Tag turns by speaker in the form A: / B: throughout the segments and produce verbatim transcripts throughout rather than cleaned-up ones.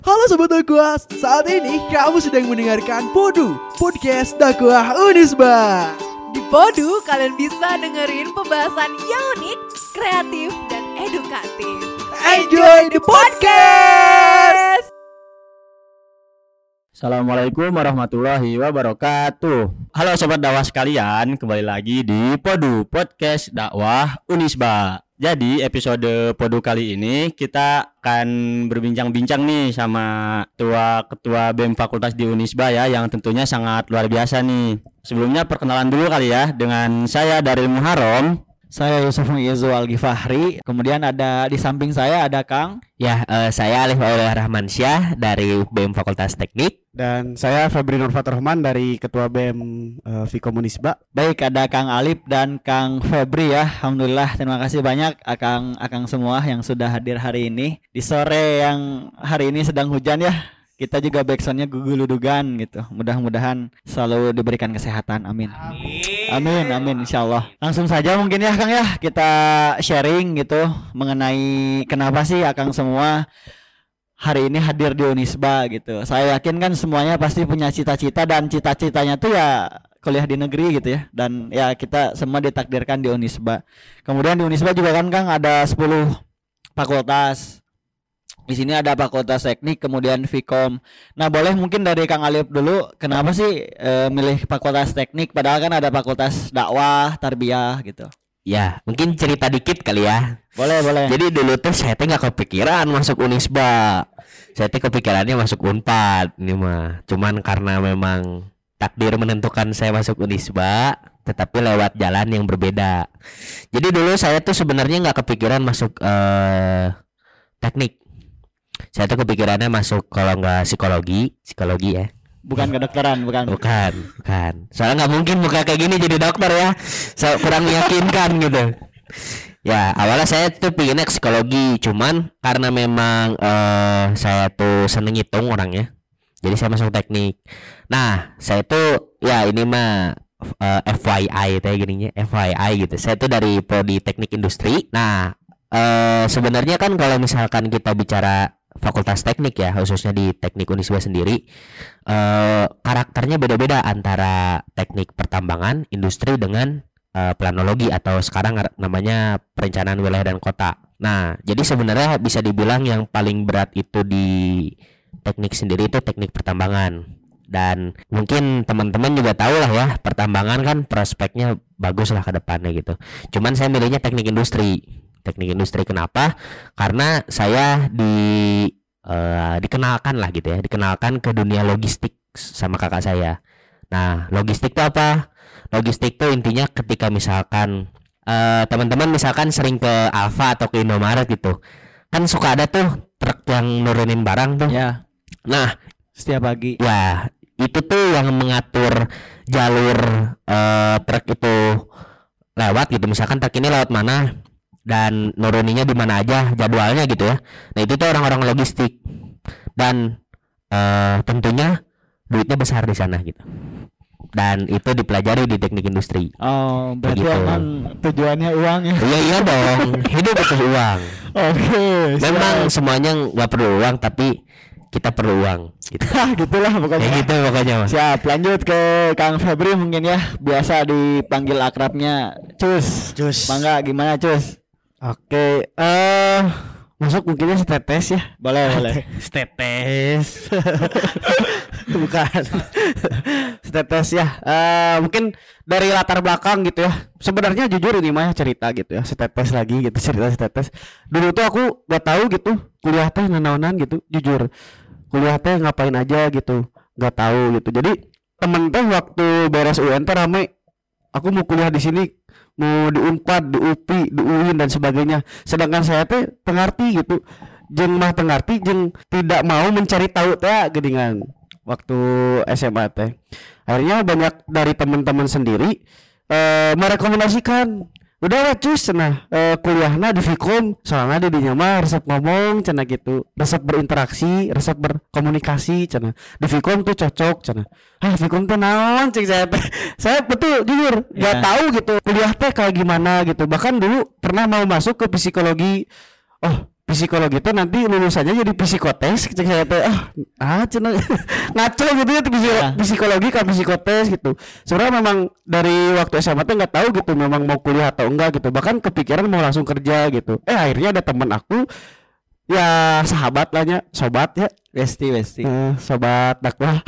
A: Halo Sobat Dakwah, saat ini kamu sedang mendengarkan Podu, podcast Dakwah Unisba.
B: Di Podu, kalian bisa dengerin pembahasan yang unik, kreatif, dan edukatif.
A: Enjoy the podcast!
C: Assalamualaikum warahmatullahi wabarakatuh. Halo Sobat Dakwah sekalian, kembali lagi di Podu, podcast Dakwah Unisba. Jadi episode Podu kali ini kita akan berbincang-bincang nih sama ketua-ketua B E M Fakultas di Unisba ya, yang tentunya sangat luar biasa nih. Sebelumnya perkenalan dulu kali ya, dengan saya Daril Muharram.
D: Saya Yusuf Muizzu Al-Ghifahri. Kemudian ada di samping saya ada Kang.
E: Ya, uh, saya Alif Aurel Rahmansyah dari B E M Fakultas Teknik.
F: Dan saya Febri Nurfatur Rahman dari Ketua B E M uh, Fikom Unisba.
D: Baik, ada Kang Alif dan Kang Febri ya. Alhamdulillah, terima kasih banyak Akang Akang semua yang sudah hadir hari ini. Di sore yang hari ini sedang hujan ya. Kita juga backsoundnya guguludugan gitu. Mudah-mudahan selalu diberikan kesehatan. Amin. Amin. Amin, amin insyaallah. Langsung saja mungkin ya Kang ya, kita sharing gitu mengenai kenapa sih Akang semua hari ini hadir di Unisba gitu. Saya yakin kan semuanya pasti punya cita-cita, dan cita-citanya tuh ya kuliah di negeri gitu ya. Dan ya kita semua ditakdirkan di Unisba. Kemudian di Unisba juga kan Kang ada sepuluh fakultas. Di sini ada Fakultas Teknik, kemudian Fikom. Nah, boleh mungkin dari Kang Alif dulu, kenapa sih e, milih Fakultas Teknik padahal kan ada Fakultas Dakwah, Tarbiyah gitu.
E: Ya, mungkin cerita dikit kali ya.
D: Boleh, boleh.
E: Jadi dulu tuh saya tuh nggak kepikiran masuk Unisba. Saya tuh kepikirannya masuk Unpad ini mah. Cuman karena memang takdir menentukan saya masuk Unisba, tetapi lewat jalan yang berbeda. Jadi dulu saya tuh sebenarnya nggak kepikiran masuk eh, teknik. Saya tuh kepikirannya masuk kalau nggak psikologi, psikologi ya.
D: Bukan kedokteran, bukan.
E: Bukan, bukan. Soalnya nggak mungkin muka kayak gini jadi dokter ya. Saya kurang meyakinkan gitu. Ya, awalnya saya tuh pinginnya ke psikologi, cuman karena memang uh, saya tuh seneng hitung orangnya, jadi saya masuk teknik. Nah, saya tuh ya ini mah uh, F Y I kayak gininya, F Y I gitu. Saya tuh dari prodi teknik industri. Nah, uh, sebenarnya kan kalau misalkan kita bicara Fakultas Teknik ya, khususnya di Teknik Unisba sendiri, eh, karakternya beda-beda antara teknik pertambangan, industri dengan eh, planologi atau sekarang namanya perencanaan wilayah dan kota. Nah, jadi sebenarnya bisa dibilang yang paling berat itu di teknik sendiri itu teknik pertambangan. Dan mungkin teman-teman juga tahu lah ya, pertambangan kan prospeknya bagus lah ke depannya gitu. Cuman saya milihnya teknik industri. Teknik industri kenapa? Karena saya di uh, dikenalkan lah gitu ya, dikenalkan ke dunia logistik sama kakak saya. Nah, logistik itu apa? Logistik itu intinya ketika misalkan uh, teman-teman misalkan sering ke Alfa atau ke Indomaret gitu, kan suka ada tuh truk yang nurunin barang tuh.
D: Ya.
E: Nah,
D: Setiap pagi.
E: ya itu tuh yang mengatur jalur uh, truk itu lewat gitu. Misalkan truk ini lewat mana dan nuruninya di mana aja, jadwalnya gitu ya. Nah, itu tuh orang-orang logistik. Dan uh, tentunya duitnya besar di sana gitu. Dan itu dipelajari di teknik industri.
D: Oh, berarti
E: Begitu.
D: emang tujuannya uang ya.
E: Iya iya dong, hidup butuh uang.
D: Oke.
E: Memang semuanya nggak perlu uang, tapi kita perlu uang gitu.
D: Gitulah pokoknya.
E: Ya gitu pokoknya Mas.
D: Siap, lanjut ke Kang Febri mungkin ya. Biasa dipanggil akrabnya Cus.
F: Cus.
D: Mangga, gimana Cus?
F: Oke, eh uh, masuk mungkinnya setetes ya.
D: Boleh, boleh.
F: Setetes. Bukan. Setetes ya. Uh, mungkin dari latar belakang gitu ya. Sebenarnya jujur ini mah cerita gitu ya. Setetes lagi gitu, cerita setetes. Dulu tuh aku gak tahu gitu kuliah teh nanaonan gitu, jujur. Kuliah teh ngapain aja gitu, gak tahu gitu. Jadi temen teh waktu beres U N teh rame, aku mau kuliah di sini, mau di Unpad, di U P I, di U I N dan sebagainya. Sedangkan saya teh tengarti gitu, jeung mah tengarti jeung tidak mau mencari tahu teh gedingan waktu S M A teh. Akhirnya banyak dari teman-teman sendiri eh, merekomendasikan, udah lah cus cenah eh, kuliahna di Fikom, soalnya di dinya mah resep ngomong cenah gitu, resep berinteraksi, resep berkomunikasi cenah. Di Fikom tuh cocok cenah. Ah, Fikom teh naon cik saya teh. Saya betul jujur enggak
D: Yeah.
F: tahu gitu kuliah teh kayak gimana gitu. Bahkan dulu pernah mau masuk ke psikologi. Oh, psikologi itu nanti lulusannya jadi psikotes cek saya teh ah ah cenah ngaco gitu ya psiko- psikologi kan psikotes gitu. Sebenarnya memang dari waktu S M A tuh nggak tahu gitu memang mau kuliah atau enggak gitu, bahkan kepikiran mau langsung kerja gitu. Eh akhirnya ada teman aku ya sahabat lah ya, sobat ya,
D: Besti besti.
F: eh, sobat dakwah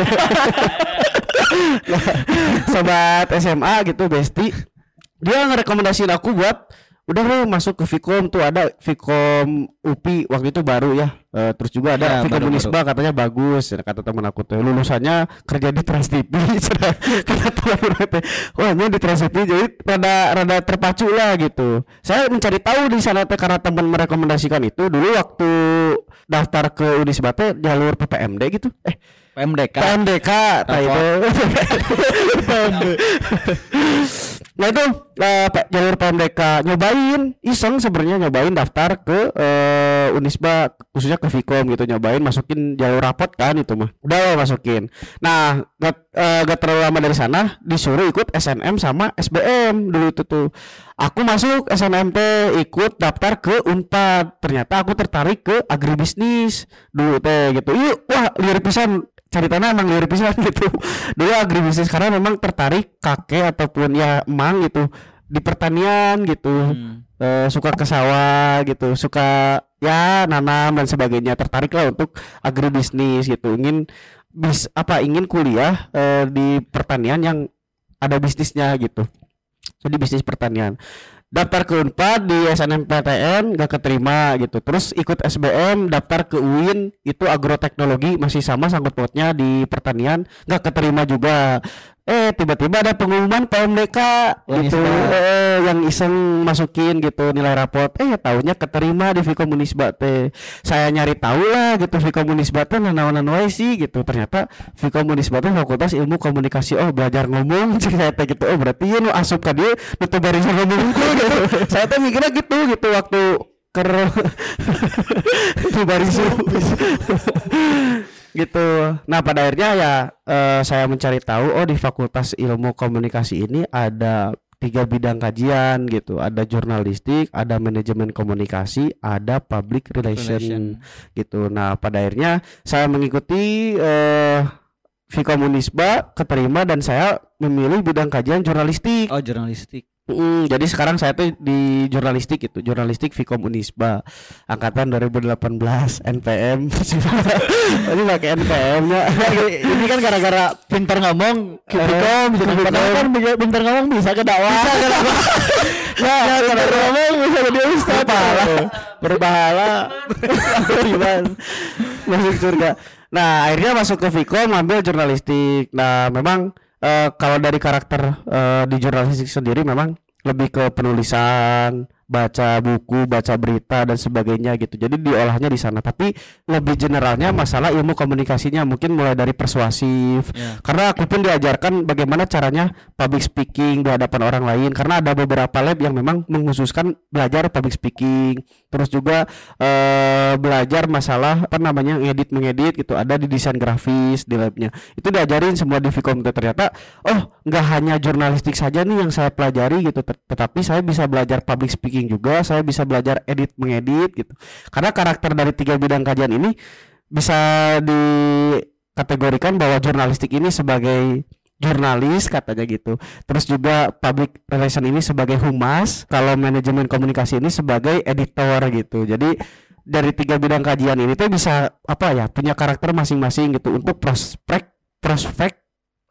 F: sobat S M A gitu besti, dia ngerekomendasiin aku buat udah lo masuk ke Vkom tuh, ada Vkom U P I waktu itu baru ya. E, terus juga ada
D: Ya,
F: Vkom
D: baru-baru.
F: Unisba katanya bagus kata teman aku tuh, lulusannya kerja di Trans T V kata teman aku teh, wah ini di Trans T V jadi rada rada terpacu lah gitu. Saya mencari tahu di sana teh karena teman merekomendasikan itu. Dulu waktu daftar ke Unisba teh jalur P P M D gitu, eh
D: P M D K.
F: P M D K nah itu P M D. Nah itu uh, jalur P M D K nyobain iseng sebenarnya, nyobain daftar ke uh, Unisba khususnya ke Vkom gitu, nyobain masukin jalur rapot kan itu mah udah masukin. Nah gak, uh, gak terlalu lama dari sana disuruh ikut S N M sama S B M dulu itu tuh. Aku masuk S N M T ikut daftar ke Unpad, ternyata aku tertarik ke agribisnis dulu teh gitu. Yuk wah liar pisan ceritanya emang liar pisan gitu dulu agribisnis, karena memang tertarik kakek ataupun ya emang gitu di pertanian gitu.
D: Hmm.
F: E, suka ke sawah gitu, suka ya nanam dan sebagainya, tertarik lah untuk agribisnis gitu, ingin bis apa ingin kuliah e, di pertanian yang ada bisnisnya gitu, jadi bisnis pertanian. Daftar ke Unpad di S N M P T N gak keterima gitu, terus ikut S B M daftar ke U I N itu agroteknologi masih sama sangkut pautnya di pertanian gak keterima juga. Eh tiba-tiba ada pengumuman P M D K gitu, eh, yang iseng masukin gitu nilai rapot, eh taunya keterima di Vkom Unisba teh. Saya nyari tahu lah gitu Vkom Unisba teh nanaonan wae sih gitu, ternyata Vkom Unisba teh Fakultas Ilmu Komunikasi. Oh belajar ngomong cek saya teh gitu, oh berarti nu asup ka dieu nu teu bari ngomong gitu. Saya teh mikirnya gitu gitu waktu ker di barisu gitu. Nah pada akhirnya ya eh, saya mencari tahu oh di Fakultas Ilmu Komunikasi ini ada tiga bidang kajian gitu, ada jurnalistik, ada manajemen komunikasi, ada public relation,
D: Relation.
F: gitu. Nah pada akhirnya saya mengikuti eh, Vkom Unisba, keterima dan saya memilih bidang kajian jurnalistik.
D: Oh jurnalistik.
F: Mm, jadi sekarang saya tuh di jurnalistik itu, jurnalistik Vkom Unisba angkatan dua ribu delapan belas N P M. Ini pakai N P M-nya.
D: Ini kan gara-gara pintar ngomong Vkom, padahal kan pintar ngomong bisa ke dakwah. Bisa ke dakwah. Ya, pintar ngomong bisa jadi ustaz.
F: Berpahala, berpahala, beriman, masuk surga. Nah akhirnya masuk ke Vkom ambil jurnalistik. Nah memang Uh, kalau dari karakter uh, di jurnalistik sendiri memang lebih ke penulisan, baca buku, baca berita dan sebagainya gitu. Jadi diolahnya di sana. Tapi lebih generalnya masalah ilmu komunikasinya mungkin mulai dari persuasif.
D: Ya.
F: Karena aku pun diajarkan bagaimana caranya public speaking di hadapan orang lain. Karena ada beberapa lab yang memang mengkhususkan belajar public speaking. Terus juga uh, belajar masalah apa namanya ngedit mengedit gitu. Ada di desain grafis di labnya. Itu diajarin semua di Vkom. Ternyata oh nggak hanya jurnalistik saja nih yang saya pelajari gitu. Tetapi saya bisa belajar public speaking juga, saya bisa belajar edit mengedit gitu. Karena karakter dari tiga bidang kajian ini bisa dikategorikan bahwa jurnalistik ini sebagai jurnalis katanya gitu. Terus juga public relation ini sebagai humas, kalau manajemen komunikasi ini sebagai editor gitu. Jadi dari tiga bidang kajian ini tuh bisa apa ya, punya karakter masing-masing gitu untuk prospek prospek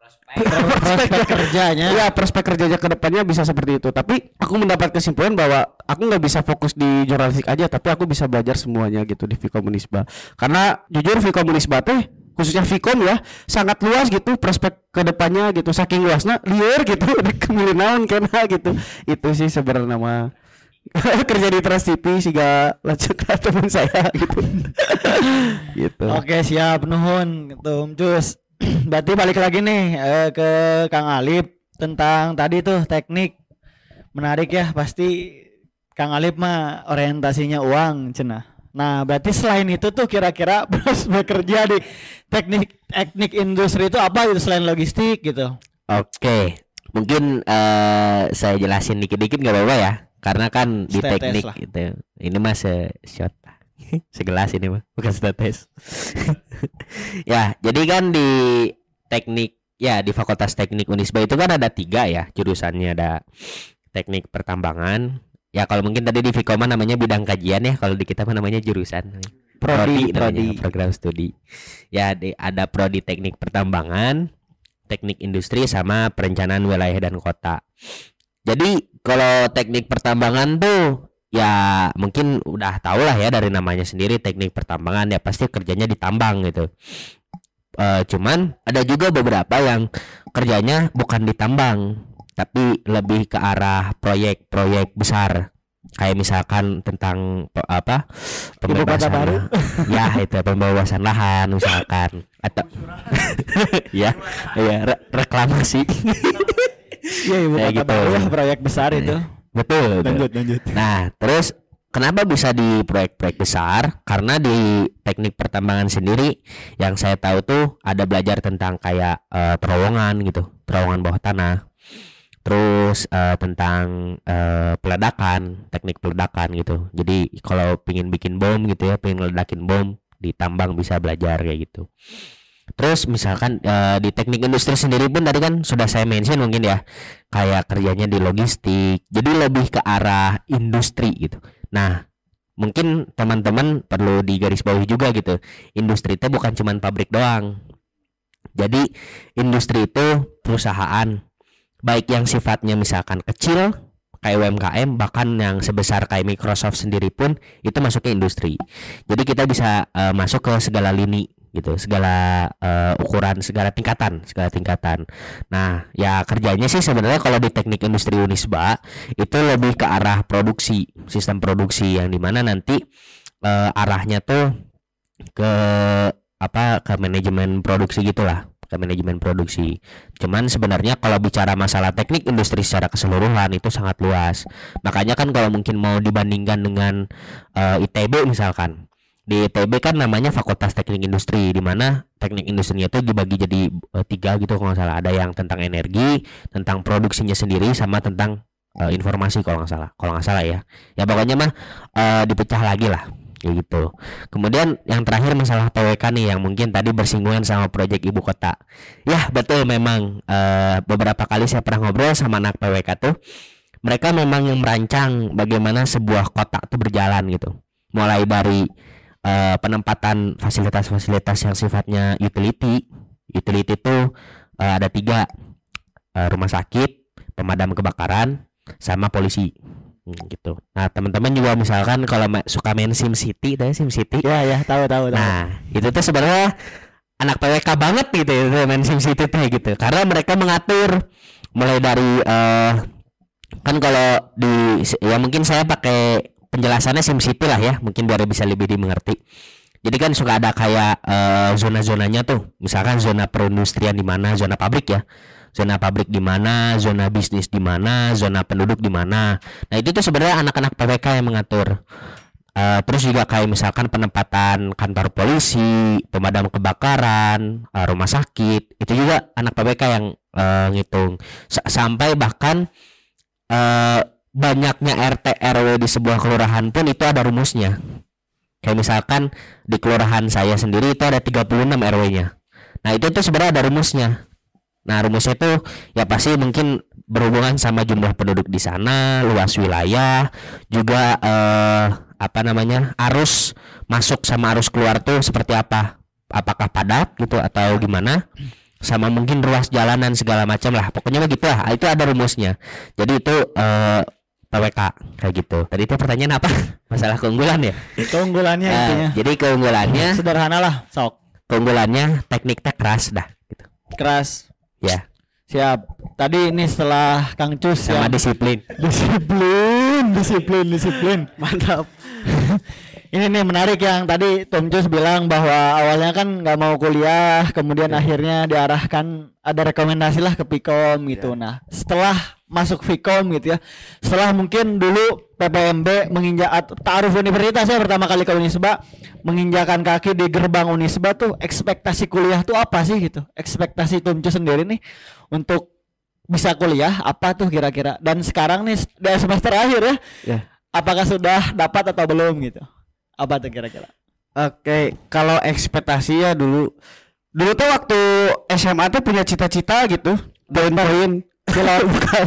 D: Prospek kerjanya.
F: ya prospek kerjanya ke depannya bisa seperti itu. Tapi aku mendapat kesimpulan bahwa aku nggak bisa fokus di jurnalistik aja, tapi aku bisa belajar semuanya gitu di Vkom Unisba. Karena jujur Vkom Unisba teh khususnya Vkom ya sangat luas gitu prospek ke depannya gitu, saking luasnya liar gitu kemilih naon kena gitu. Itu sih sebenarnya nama kerja di Trans T V sih gak lanjut ke teman saya gitu. Gitu.
D: Oke siap nuhun gitu Om Cus. Berarti balik lagi nih eh, ke Kang Alip tentang tadi tuh teknik. Menarik ya, pasti Kang Alip mah orientasinya uang cenah. Nah berarti selain itu tuh kira-kira prospek kerja di teknik teknik industri itu apa gitu selain logistik gitu?
E: Oke, mungkin eh, saya jelasin dikit-dikit nggak apa-apa ya. Karena kan di
D: Setetes
E: teknik
D: lah.
E: gitu. Ini mah se shot segelas ini mah bukan setetes. Ya, jadi kan di teknik ya di Fakultas Teknik Unisba itu kan ada tiga ya jurusannya, ada teknik pertambangan. Ya kalau mungkin tadi di Fikoma namanya bidang kajian ya, kalau di kita mah namanya jurusan.
D: Prodi,
E: namanya,
D: prodi.
E: program studi. Ya di, ada prodi teknik pertambangan, teknik industri sama perencanaan wilayah dan kota. Jadi kalau teknik pertambangan tuh ya mungkin udah tau lah ya dari namanya sendiri, teknik pertambangan ya pasti kerjanya di tambang gitu. E, cuman ada juga beberapa yang kerjanya bukan di tambang tapi lebih ke arah proyek-proyek besar. Kayak misalkan tentang pe- apa pembebasan
D: baru.
E: lah- ya itu pembebasan lahan misalkan atau ya ya re- reklamasi.
D: Iya, ibu
E: Kayak
D: kota
E: gitu.
D: baru ya, proyek besar itu.
E: betul, betul.
D: Lanjut, lanjut.
E: Nah, terus kenapa bisa di proyek-proyek besar? Karena di teknik pertambangan sendiri yang saya tahu tuh ada belajar tentang kayak eh, terowongan gitu, terowongan bawah tanah. Terus eh, tentang eh, peledakan, teknik peledakan gitu. Jadi kalau pingin bikin bom gitu ya, pingin ledakin bom di tambang bisa belajar kayak gitu. Terus misalkan eh, di teknik industri sendiri pun tadi kan sudah saya mention mungkin ya, kayak kerjanya di logistik. Jadi lebih ke arah industri gitu. Nah, mungkin teman-teman perlu digarisbawahi juga gitu. Industri itu bukan cuma pabrik doang. Jadi industri itu perusahaan baik yang sifatnya misalkan kecil kayak U M K M, bahkan yang sebesar kayak Microsoft sendiri pun itu masuk ke industri. Jadi kita bisa uh, masuk ke segala lini gitu, segala uh, ukuran, segala tingkatan, segala tingkatan. Nah, ya kerjanya sih sebenarnya kalau di teknik industri Unisba itu lebih ke arah produksi, sistem produksi yang dimana nanti uh, arahnya tuh ke apa ke manajemen produksi gitulah, ke manajemen produksi. Cuman sebenarnya kalau bicara masalah teknik industri secara keseluruhan itu sangat luas. Makanya kan kalau mungkin mau dibandingkan dengan uh, I T B misalkan, di I T B kan namanya Fakultas Teknik Industri, di mana teknik industrinya itu dibagi jadi uh, tiga gitu kalau nggak salah. Ada yang tentang energi, tentang produksinya sendiri, sama tentang uh, informasi kalau nggak salah. Kalau nggak salah ya. Ya pokoknya mah uh, dipecah lagi lah. Kayak gitu. Kemudian yang terakhir masalah P W K nih yang mungkin tadi bersinggungan sama proyek ibu kota. Ya betul, memang uh, beberapa kali saya pernah ngobrol sama anak P W K tuh, mereka memang yang merancang bagaimana sebuah kota tuh berjalan gitu. Mulai dari uh, penempatan fasilitas-fasilitas yang sifatnya utility. Utility tuh uh, ada tiga, uh, rumah sakit, pemadam kebakaran, sama polisi. Hmm, gitu. Nah teman-teman juga misalkan kalau ma- suka main Sim City, tahu Sim City?
D: Ya ya, tahu tahu tahu.
E: Nah itu tuh sebenarnya anak P W K banget gitu ya, main Sim City tuh gitu. Karena mereka mengatur mulai dari uh, kan kalau di ya mungkin saya pakai penjelasannya Sim City lah ya, mungkin biar bisa lebih dimengerti. Jadi kan suka ada kayak uh, zona-zonanya tuh, misalkan zona perindustrian di mana, zona pabrik ya. Zona pabrik di mana, zona bisnis di mana, zona penduduk di mana. Nah, itu tuh sebenarnya anak-anak P W K yang mengatur. Uh, terus juga kayak misalkan penempatan kantor polisi, pemadam kebakaran, uh, rumah sakit, itu juga anak P W K yang uh, ngitung. S- sampai bahkan uh, banyaknya R T R W di sebuah kelurahan pun itu ada rumusnya. Kayak misalkan di kelurahan saya sendiri itu ada tiga puluh enam R W-nya. Nah, itu tuh sebenarnya ada rumusnya. Nah rumusnya itu ya pasti mungkin berhubungan sama jumlah penduduk di sana, luas wilayah, juga eh, apa namanya arus masuk sama arus keluar tuh seperti apa, apakah padat gitu atau gimana, sama mungkin ruas jalanan segala macam lah, pokoknya begitu lah. Itu ada rumusnya. Jadi itu eh, P W K kayak gitu. Tadi itu pertanyaan apa? Masalah keunggulan ya?
D: Keunggulannya
E: Nah,
D: intinya.
E: jadi keunggulannya,
D: Sederhana lah, sok.
E: keunggulannya teknik teh keras dah gitu.
D: Keras.
E: Ya,
D: Siap. Tadi ini setelah Kang Cus
E: sama
D: yang
E: disiplin.
D: disiplin, disiplin, disiplin. Mantap. Ini nih menarik yang tadi Tom Cus bilang bahwa awalnya kan nggak mau kuliah, kemudian akhirnya diarahkan ada rekomendasi lah ke Vkom gitu. Nah, setelah masuk Vkom gitu ya, setelah mungkin dulu P P M B menginjak at- ta'aruf universitas ya pertama kali ke Unisba, menginjakan kaki di gerbang Unisba tuh ekspektasi kuliah tuh apa sih gitu? Ekspektasi Tom Cus sendiri nih untuk bisa kuliah apa tuh kira-kira? Dan sekarang nih dari semester akhir ya.
F: Ya.
D: Apakah sudah dapat atau belum gitu? Apa tuh kira-kira?
F: Oke, kalau ekspektasi ya dulu dulu tuh waktu S M A tuh punya cita-cita gitu, poin-poin Kilo bukan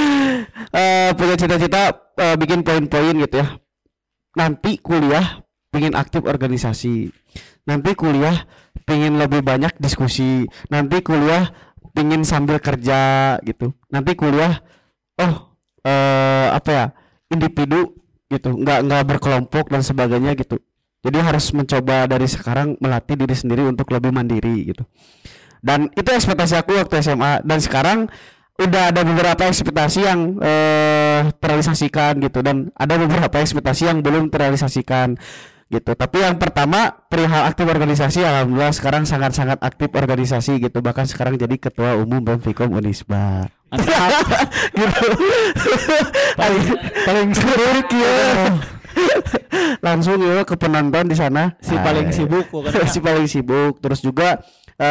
F: uh, punya cita-cita uh, bikin poin-poin gitu ya. Nanti kuliah pengen aktif organisasi. Nanti kuliah pengen lebih banyak diskusi. Nanti kuliah pengen sambil kerja gitu. Nanti kuliah oh uh, apa ya? individu gitu, nggak nggak berkelompok dan sebagainya gitu. Jadi harus mencoba dari sekarang melatih diri sendiri untuk lebih mandiri gitu. Dan itu ekspektasi aku waktu S M A, dan sekarang udah ada beberapa ekspektasi yang eh, terrealisasikan gitu, dan ada beberapa ekspektasi yang belum terrealisasikan gitu. Tapi yang pertama perihal aktif organisasi, alhamdulillah sekarang sangat-sangat aktif organisasi gitu. Bahkan sekarang jadi ketua umum B E M Fikom Unisba. gitu. paling paling seru ya. Langsung ya ke penonton di sana,
D: si paling sibuk
F: si paling sibuk. Terus juga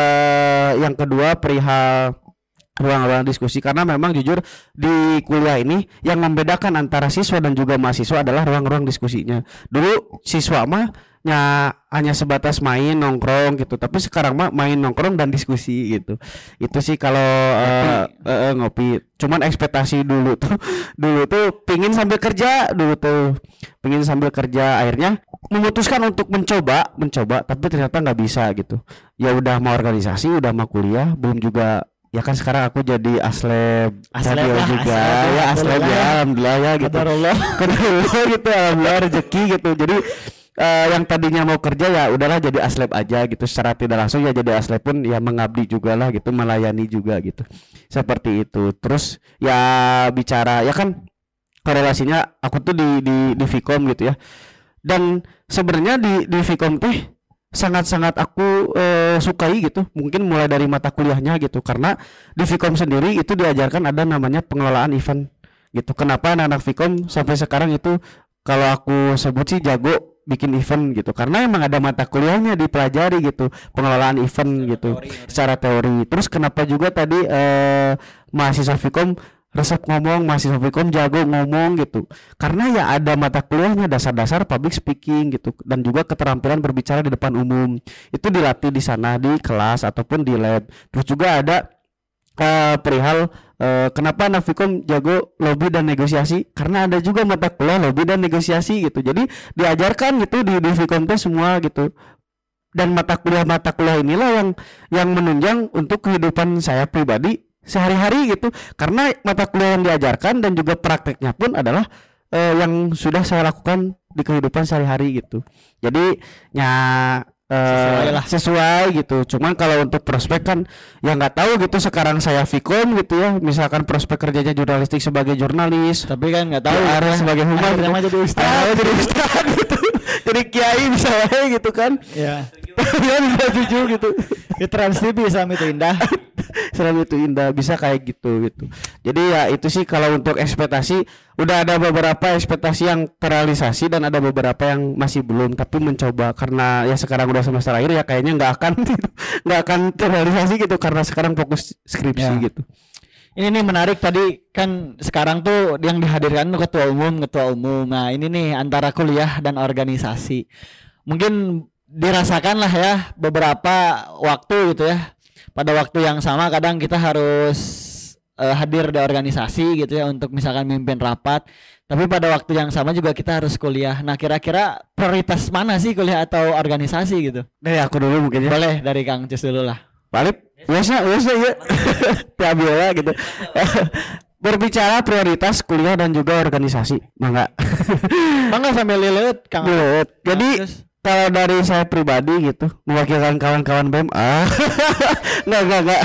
F: eh, yang kedua perihal ruang-ruang diskusi, karena memang jujur di kuliah ini yang membedakan antara siswa dan juga mahasiswa adalah ruang-ruang diskusinya. Dulu siswa mah nya hanya sebatas main nongkrong gitu, tapi sekarang mah main nongkrong dan diskusi gitu. Itu sih kalau uh, uh, uh, ngopi. Cuman ekspektasi dulu tuh dulu tuh pingin sambil kerja, dulu tuh pingin sambil kerja, akhirnya memutuskan untuk mencoba mencoba tapi ternyata nggak bisa gitu. Ya udah mau organisasi, udah mau kuliah, belum juga. Ya kan sekarang aku jadi asleb,
D: asleb
F: radio
D: lah,
F: juga
D: asleb
F: ya, asleb ya, alhamdulillah ya gitu.
D: Qadarullah.
F: Qadarullah gitu, alhamdulillah rezeki gitu. Jadi uh, yang tadinya mau kerja ya udahlah jadi asleb aja gitu, secara tidak langsung ya jadi asleb pun ya mengabdi juga lah gitu, melayani juga gitu. Seperti itu. Terus ya bicara ya kan korelasinya aku tuh di di di Fikom gitu ya. Dan sebenarnya di di Fikom teh sangat-sangat aku uh, sukai gitu, mungkin mulai dari mata kuliahnya gitu, karena di Fikom sendiri itu diajarkan ada namanya pengelolaan event gitu. Kenapa anak-anak Fikom sampai sekarang itu kalau aku sebut sih jago bikin event gitu, karena emang ada mata kuliahnya dipelajari gitu, pengelolaan event gitu secara teori. Terus kenapa juga tadi uh, mahasiswa Fikom resep ngomong, mahasiswa Fikom jago ngomong gitu, karena ya ada mata kuliahnya dasar-dasar public speaking gitu, dan juga keterampilan berbicara di depan umum itu dilatih di sana di kelas ataupun di lab. Terus juga ada uh, perihal uh, kenapa anak Fikom jago lobby dan negosiasi, karena ada juga mata kuliah lobby dan negosiasi gitu. Jadi diajarkan gitu di, di Fikom itu semua gitu. Dan mata kuliah-mata kuliah inilah yang yang menunjang untuk kehidupan saya pribadi sehari-hari gitu, karena mata kuliah yang diajarkan dan juga prakteknya pun adalah eh, yang sudah saya lakukan di kehidupan sehari-hari gitu. Jadi ya eh, sesuai lah sesuai gitu. Cuman kalau untuk prospek kan ya nggak tahu gitu. Sekarang saya Fikom gitu ya, misalkan prospek kerjanya jurnalistik sebagai jurnalis,
D: tapi kan nggak tahu
F: ya, sebagai humas gitu.
D: jadi ustaz
F: jadi ustaz gitu, jadi kiai bisa gitu kan
D: ya.
F: Ya bisa jujur gitu.
D: Di Trans T V sama itu indah.
F: Seram itu indah, bisa kayak gitu gitu. Jadi ya itu sih kalau untuk ekspektasi, udah ada beberapa ekspektasi yang terrealisasi dan ada beberapa yang masih belum, tapi mencoba karena ya sekarang udah semester akhir ya kayaknya nggak akan nggak akan terrealisasi gitu, karena sekarang fokus skripsi ya. Gitu.
D: Ini nih menarik, tadi kan sekarang tuh yang dihadirkan tuh ketua umum, ketua umum. Nah ini nih antara kuliah dan organisasi. Mungkin dirasakan lah ya beberapa waktu gitu ya. Pada waktu yang sama kadang kita harus uh, hadir di organisasi gitu ya untuk misalkan mimpin rapat. Tapi pada waktu yang sama juga kita harus kuliah. Nah kira-kira prioritas mana sih, kuliah atau organisasi gitu?
F: Dari aku dulu mungkin ya.
D: Boleh dari Kang Cus dulu lah.
F: Balik, biasa, biasa ya. Tiabiola gitu. Berbicara prioritas kuliah dan juga organisasi, mangga.
D: Mangga sambil lilit Kang.
F: Lilit. Jadi kalau dari saya pribadi gitu, mewakilkan kawan-kawan B E M, ah, nggak nggak nggak.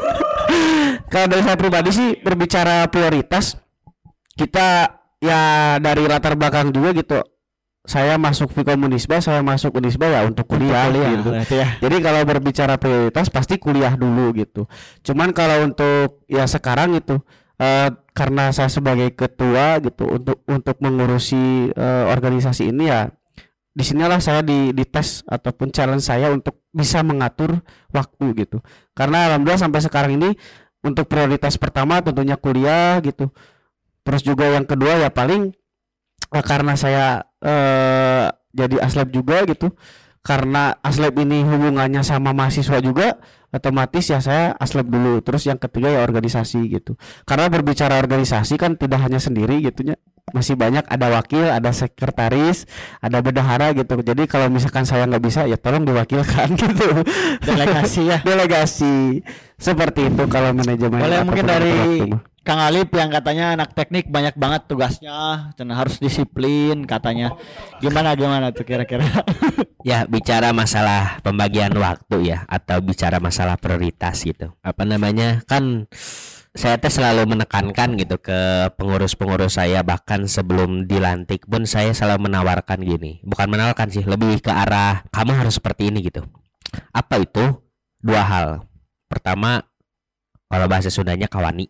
F: Kalau dari saya pribadi sih berbicara prioritas, kita ya dari latar belakang juga gitu. Saya masuk Fikom Unisba, saya masuk Unisba ya untuk kuliah, untuk kuliah gitu. Ya. Jadi kalau berbicara prioritas pasti kuliah dulu gitu. Cuman kalau untuk ya sekarang itu uh, karena saya sebagai ketua gitu untuk untuk mengurusi uh, organisasi ini ya. Disinilah saya di dites ataupun challenge saya untuk bisa mengatur waktu gitu. Karena alhamdulillah sampai sekarang ini untuk prioritas pertama tentunya kuliah gitu. Terus juga yang kedua ya paling eh, karena saya eh, jadi aslab juga gitu. Karena aslab ini hubungannya sama mahasiswa juga, otomatis ya saya aslab dulu. Terus yang ketiga ya organisasi gitu. Karena berbicara organisasi kan tidak hanya sendiri gitunya. Masih banyak, ada wakil, ada sekretaris, ada bendahara gitu. Jadi kalau misalkan saya nggak bisa ya tolong diwakilkan gitu.
D: Delegasi ya.
F: Delegasi. Seperti itu kalau manajemen.
D: Boleh
F: atau
D: mungkin
F: pengatur
D: dari
F: waktu mah.
D: Kang Alip yang katanya anak teknik banyak banget tugasnya, dan harus disiplin katanya. Gimana gimana tuh kira-kira?
E: Ya, bicara masalah pembagian waktu ya, atau bicara masalah prioritas gitu. Apa namanya? Kan saya teh selalu menekankan gitu ke pengurus-pengurus saya, bahkan sebelum dilantik pun saya selalu menawarkan gini. Bukan menawarkan sih, lebih ke arah kamu harus seperti ini gitu. Apa itu? Dua hal. Pertama, kalau bahasa Sundanya kawani.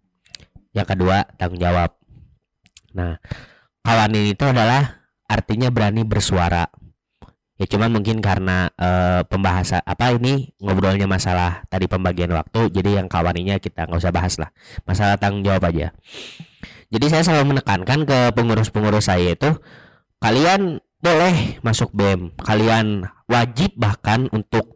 E: Yang kedua, tanggung jawab. Nah, kawani itu adalah artinya berani bersuara. Ya cuman mungkin karena uh, pembahasa apa ini ngobrolnya masalah tadi pembagian waktu, jadi yang kawaninya kita nggak usah bahas lah. Masalah tanggung jawab aja. Jadi saya selalu menekankan ke pengurus-pengurus saya itu, kalian boleh masuk B E M, kalian wajib bahkan untuk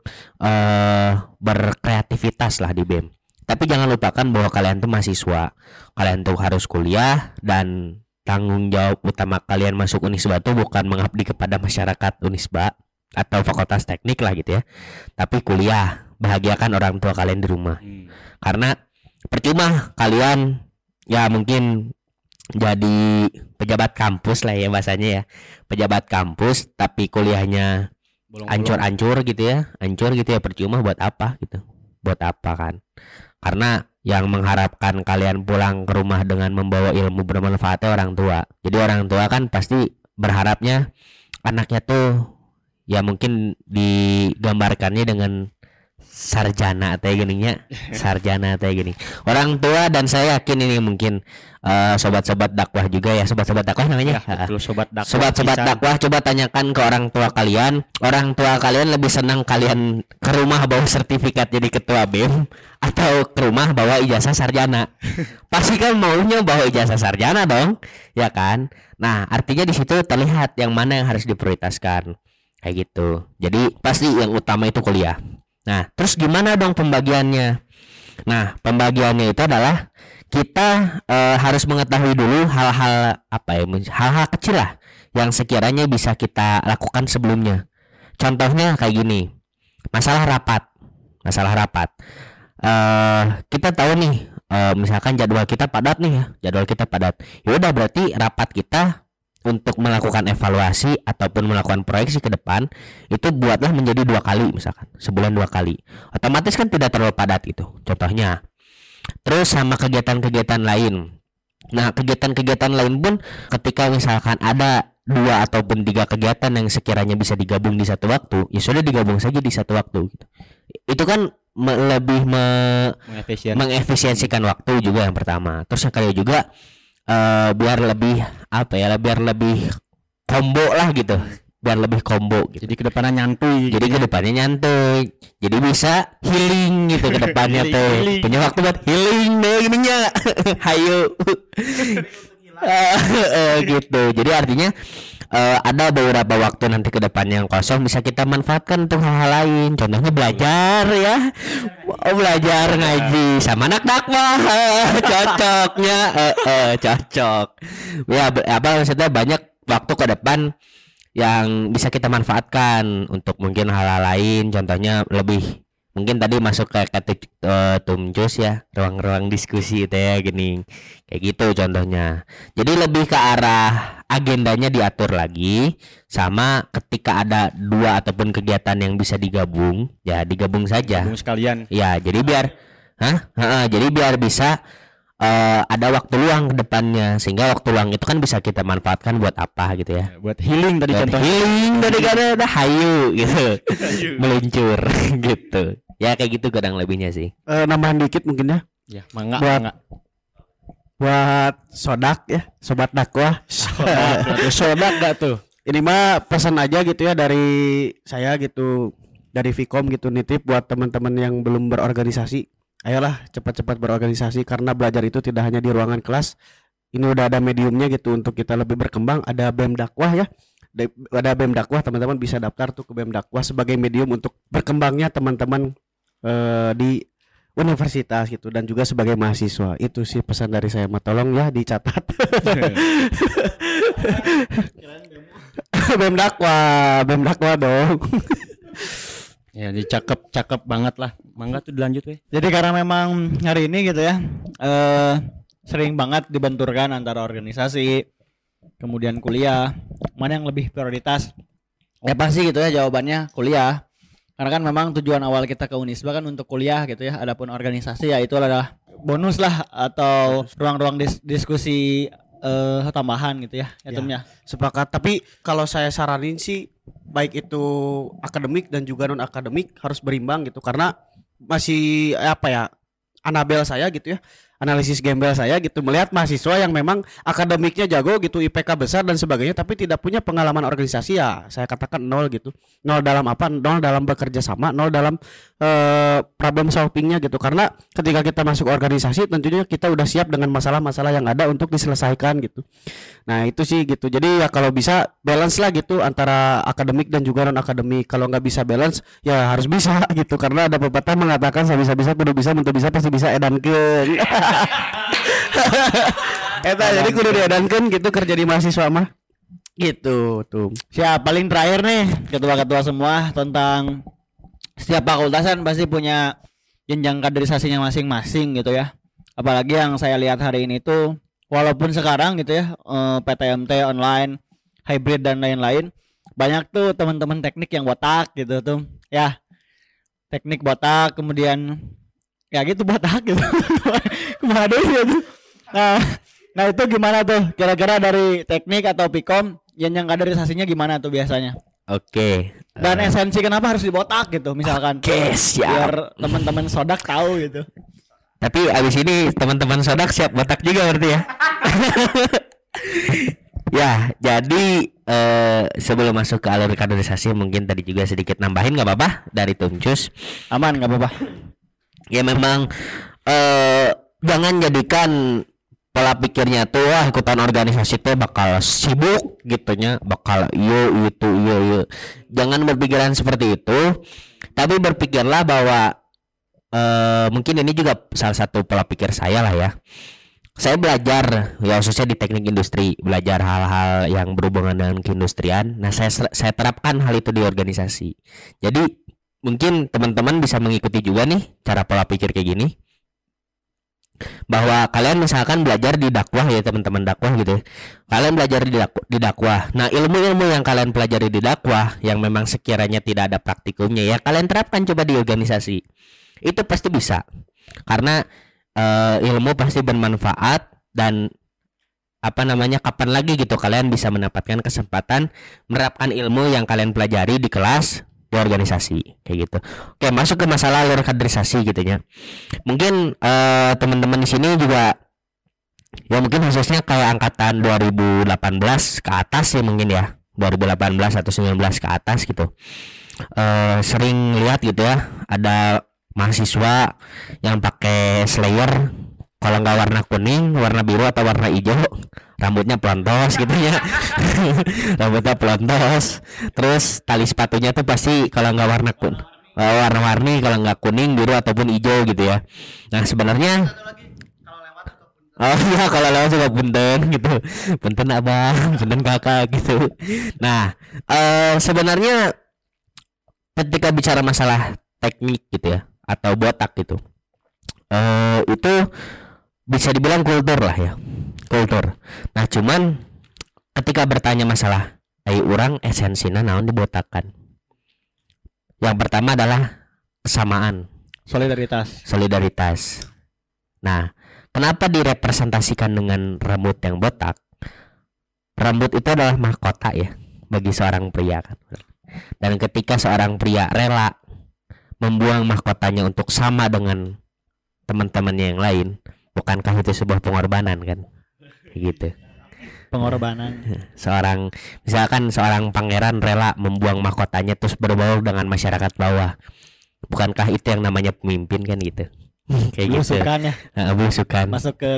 E: uh, berkreativitas lah di B E M. Tapi jangan lupakan bahwa kalian tuh mahasiswa, kalian tuh harus kuliah, dan tanggung jawab utama kalian masuk Unisba itu bukan mengabdi kepada masyarakat Unisba atau fakultas teknik lah gitu ya, tapi kuliah, bahagiakan orang tua kalian di rumah. hmm. Karena percuma kalian ya mungkin jadi pejabat kampus lah ya bahasanya ya, pejabat kampus tapi kuliahnya ancur-ancur gitu ya, ancur gitu ya, percuma buat apa gitu, buat apa kan? Karena yang mengharapkan kalian pulang ke rumah dengan membawa ilmu bermanfaatnya orang tua. Jadi orang tua kan pasti berharapnya anaknya tuh ya mungkin digambarkannya dengan sarjana atau gininya, sarjana atau gini. Orang tua, dan saya yakin ini mungkin uh, sobat-sobat dakwah juga ya, sobat-sobat dakwah namanya.
C: Ya, betul, sobat dakwah.
E: Sobat-sobat dakwah, coba tanyakan ke orang tua kalian. Orang tua kalian lebih senang kalian ke rumah bawa sertifikat jadi ketua B E M atau ke rumah bawa ijazah sarjana? Pasti kan maunya bawa ijazah sarjana dong, ya kan? Nah, artinya di situ terlihat yang mana yang harus diprioritaskan. Kayak gitu. Jadi pasti yang utama itu kuliah. Nah, terus gimana dong pembagiannya? Nah, pembagiannya itu adalah kita e, harus mengetahui dulu hal-hal apa ya, hal-hal kecil lah yang sekiranya bisa kita lakukan sebelumnya. Contohnya kayak gini, masalah rapat, masalah rapat. E, kita tahu nih, e, misalkan jadwal kita padat nih ya, jadwal kita padat. Ya udah berarti rapat kita untuk melakukan evaluasi ataupun melakukan proyeksi ke depan itu buatlah menjadi dua kali, misalkan sebulan dua kali, otomatis kan tidak terlalu padat itu contohnya. Terus sama kegiatan-kegiatan lain. Nah, kegiatan-kegiatan lain pun ketika misalkan ada dua ataupun tiga kegiatan yang sekiranya bisa digabung di satu waktu, ya sudah digabung saja di satu waktu gitu. Itu kan me- lebih me-
C: Mengefisien.
E: mengefisiensikan waktu juga yang pertama. Terus yang kedua juga Uh, biar lebih apa ya, biar lebih combo lah gitu, biar lebih combo gitu.
C: Jadi kedepannya nyantuy.
E: Jadi kedepannya nyantuy. Jadi bisa healing gitu kedepannya tuh. Punya waktu buat healing deh gininya. Hayu. uh, gitu. Jadi artinya uh, ada beberapa waktu nanti kedepannya yang kosong bisa kita manfaatkan untuk hal-hal lain. Contohnya belajar ya. Oh, belajar ngaji sama anak dakwah. Cocoknya uh, uh, cocok. Ya apa maksudnya banyak waktu ke depan yang bisa kita manfaatkan untuk mungkin hal-hal lain. Contohnya lebih mungkin tadi masuk ke kata uh, tumjus ya, ruang-ruang diskusi itu ya gini. Kayak gitu contohnya. Jadi lebih ke arah agendanya diatur lagi, sama ketika ada dua ataupun kegiatan yang bisa digabung, ya digabung saja.
C: Gabung sekalian.
E: Ya, jadi biar hah? Ha-ha, jadi biar bisa uh, ada waktu luang ke depannya, sehingga waktu luang itu kan bisa kita manfaatkan buat apa gitu ya.
C: Buat healing tadi
E: Buat
C: contohnya.
E: healing tadi kan ada hayu gitu. Meluncur gitu. Ya kayak gitu kadang lebihnya sih.
F: Eh, nambahan dikit mungkin ya.
C: Ya, mangga,
F: Buat-
C: mangga.
F: Buat sodak ya, sobat dakwah.
C: Sodak, sodak gak tuh?
F: Ini mah pesan aja gitu ya dari saya gitu, dari Vkom gitu, nitip buat teman-teman yang belum berorganisasi ayolah cepat-cepat berorganisasi karena belajar itu tidak hanya di ruangan kelas. Ini udah ada mediumnya gitu untuk kita lebih berkembang. Ada B E M dakwah ya. Ada B E M dakwah, teman-teman bisa daftar tuh ke B E M dakwah sebagai medium untuk berkembangnya teman-teman eh, di universitas gitu dan juga sebagai mahasiswa. Itu sih pesan dari saya, mah tolong ya dicatat. B E M dakwah, B E M dakwah dong.
C: Ya, dicakep cakep banget lah. Mangga tuh dilanjut weh.
D: Jadi karena memang hari ini gitu ya, eh sering banget dibenturkan antara organisasi, kemudian kuliah, mana yang lebih prioritas? Ya pasti gitu ya jawabannya kuliah. Karena kan memang tujuan awal kita ke Unisba kan untuk kuliah gitu ya. Adapun organisasi ya itu adalah bonus lah atau ruang-ruang dis- diskusi eh, tambahan gitu ya.
F: Ya,
D: Yatumnya.
F: sepakat. Tapi kalau saya saranin sih baik itu akademik dan juga non akademik harus berimbang gitu karena masih eh, apa ya Anabel saya gitu ya. Analisis gembel saya gitu melihat mahasiswa yang memang akademiknya jago gitu, I P K besar dan sebagainya tapi tidak punya pengalaman organisasi ya saya katakan nol gitu. Nol dalam apa? Nol dalam bekerja sama, nol dalam uh, problem solvingnya gitu. Karena ketika kita masuk organisasi tentunya kita udah siap dengan masalah-masalah yang ada untuk diselesaikan gitu. Nah itu sih gitu. Jadi ya kalau bisa balance lah gitu antara akademik dan juga non akademik. Kalau nggak bisa balance ya harus bisa gitu. Karena ada pepatah mengatakan bisa-bisa kudu bisa, untuk bisa pasti bisa edankeun. Eta jadi kudu diedankeun gitu kerja di mahasiswa mah. Gitu tuh.
D: Siap paling terakhir nih ketua-ketua semua tentang setiap fakultas kan pasti punya jenjang kaderisasinya masing-masing gitu ya. Apalagi yang saya lihat hari ini tuh walaupun sekarang gitu ya eh, P T M T online, hybrid dan lain-lain banyak tuh teman-teman teknik yang botak gitu tuh. Ya. Teknik botak kemudian ya gitu botak gitu. Kemana gitu. Nah, nah itu gimana tuh? Kira-kira dari teknik atau Pikom jenjang kaderisasinya gimana tuh biasanya?
E: Oke.
D: Dan esensi kenapa harus dibotak gitu misalkan?
E: Oke, siap.
D: Biar teman-teman sodak tahu gitu.
E: Tapi abis ini teman-teman sodak siap botak juga berarti ya. Ya, jadi eh, sebelum masuk ke alur kaderisasi mungkin tadi juga sedikit nambahin nggak apa-apa dari Tumcus.
D: Aman nggak apa-apa.
E: Ya memang eh, jangan jadikan pola pikirnya tuh wah ikutan organisasi teh bakal sibuk gitunya, bakal iyo itu iyo iyo. Jangan berpikiran seperti itu, tapi berpikirlah bahwa eh, mungkin ini juga salah satu pola pikir saya lah ya. Saya belajar ya khususnya di teknik industri, belajar hal-hal yang berhubungan dengan keindustrian. Nah, saya saya terapkan hal itu di organisasi. Jadi mungkin teman-teman bisa mengikuti juga nih cara pola pikir kayak gini. Bahwa kalian misalkan belajar di dakwah ya teman-teman dakwah gitu ya. Kalian belajar di dakwah, di dakwah. Nah, ilmu-ilmu yang kalian pelajari di dakwah yang memang sekiranya tidak ada praktikumnya ya kalian terapkan coba di organisasi. Itu pasti bisa. Karena Uh, ilmu pasti bermanfaat dan apa namanya kapan lagi gitu kalian bisa mendapatkan kesempatan menerapkan ilmu yang kalian pelajari di kelas di organisasi kayak gitu. Oke, masuk ke masalah alur kaderisasi gitu ya. Mungkin uh, teman-teman di sini juga ya mungkin khususnya kayak angkatan dua ribu delapan belas ke atas ya mungkin ya dua ribu delapan belas atau sembilan belas ke atas gitu. Uh, sering lihat gitu ya ada mahasiswa yang pakai slayer kalau nggak warna kuning, warna biru atau warna hijau, rambutnya pelontos gitu ya. Rambutnya pelontos. Terus tali sepatunya tuh pasti kalau nggak warna kun, warna-warni kalau nggak kuning, biru ataupun hijau gitu ya. Nah sebenarnya oh iya kalau lewat juga punten gitu, punten abang, punten kakak gitu. Nah uh, sebenarnya ketika bicara masalah teknik gitu ya atau botak gitu uh, itu bisa dibilang kultur lah ya, kultur. Nah cuman ketika bertanya masalah ai urang esensina naon dibotakan, yang pertama adalah kesamaan,
D: Solidaritas.
E: solidaritas. Nah kenapa direpresentasikan dengan rambut yang botak? Rambut itu adalah mahkota ya bagi seorang pria kan. Dan ketika seorang pria rela membuang mahkotanya untuk sama dengan teman-temannya yang lain, bukankah itu sebuah pengorbanan kan? Gitu.
D: Pengorbanan.
E: Seorang misalkan seorang pangeran rela membuang mahkotanya terus berbaur dengan masyarakat bawah. Bukankah itu yang namanya pemimpin kan gitu? kayak gitu.
D: Belusukan ya.
E: Heeh, belusukan.
D: Masuk ke